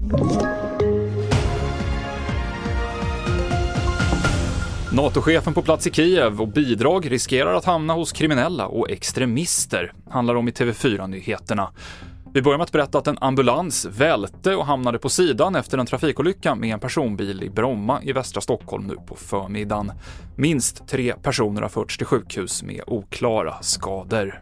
NATO-chefen på plats i Kiev och bidrag riskerar att hamna hos kriminella och extremister, handlar om i TV4-nyheterna. Vi börjar med att berätta att en ambulans välte och hamnade på sidan efter en trafikolycka med en personbil i Bromma i västra Stockholm nu på förmiddagen. Minst 3 personer har förts till sjukhus med oklara skador.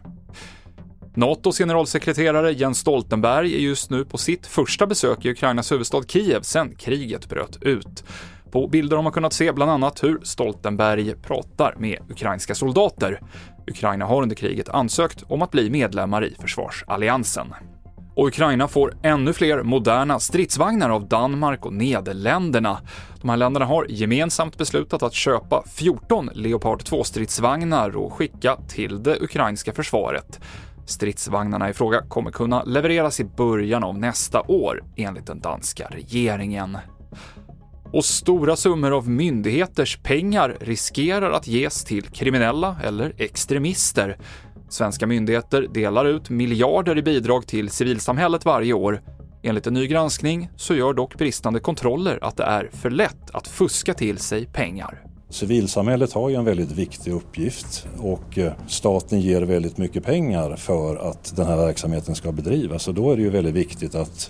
NATOs generalsekreterare Jens Stoltenberg är just nu på sitt första besök i Ukrainas huvudstad Kiev sedan kriget bröt ut. På bilder har man kunnat se bland annat hur Stoltenberg pratar med ukrainska soldater. Ukraina har under kriget ansökt om att bli medlemmar i försvarsalliansen. Och Ukraina får ännu fler moderna stridsvagnar av Danmark och Nederländerna. De här länderna har gemensamt beslutat att köpa 14 Leopard 2-stridsvagnar och skicka till det ukrainska försvaret. Stridsvagnarna i fråga kommer kunna levereras i början av nästa år, enligt den danska regeringen. Och stora summor av myndigheters pengar riskerar att ges till kriminella eller extremister. Svenska myndigheter delar ut miljarder i bidrag till civilsamhället varje år. Enligt en ny granskning så gör dock bristande kontroller att det är för lätt att fuska till sig pengar. Civilsamhället har ju en väldigt viktig uppgift och staten ger väldigt mycket pengar för att den här verksamheten ska bedrivas. Och då är det ju väldigt viktigt att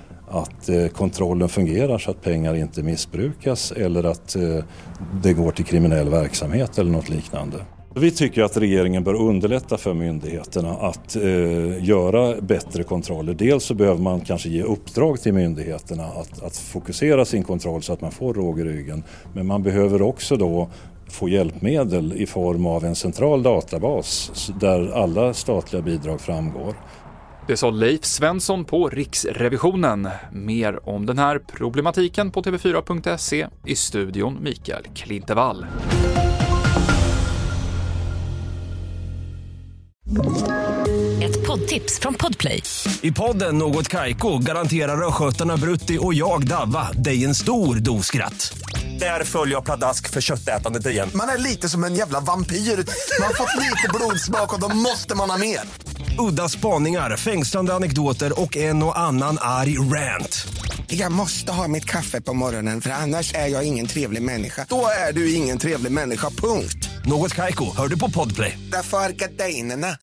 kontrollen fungerar så att pengar inte missbrukas eller att det går till kriminell verksamhet eller något liknande. Vi tycker att regeringen bör underlätta för myndigheterna att göra bättre kontroller. Dels så behöver man kanske ge uppdrag till myndigheterna att fokusera sin kontroll så att man får råg i ryggen. Men man behöver också då få hjälpmedel i form av en central databas där alla statliga bidrag framgår. Det sa Leif Svensson på Riksrevisionen. Mer om den här problematiken på tv4.se, i studion Mikael Klintevall. Ett poddtips från Podplay. I podden Något Kaiko garanterar röskötarna Brutti och jag Davva dig en stor doskratt. Där följer jag pladask för köttätandet igen. Man är lite som en jävla vampyr. Man har fått lite blodsmak och då måste man ha mer. Udda spaningar, fängslande anekdoter och en och annan arg rant. Jag måste ha mitt kaffe på morgonen för annars är jag ingen trevlig människa. Då är du ingen trevlig människa, punkt. Något Kaiko, hör du på Podplay. Därför är gardinerna.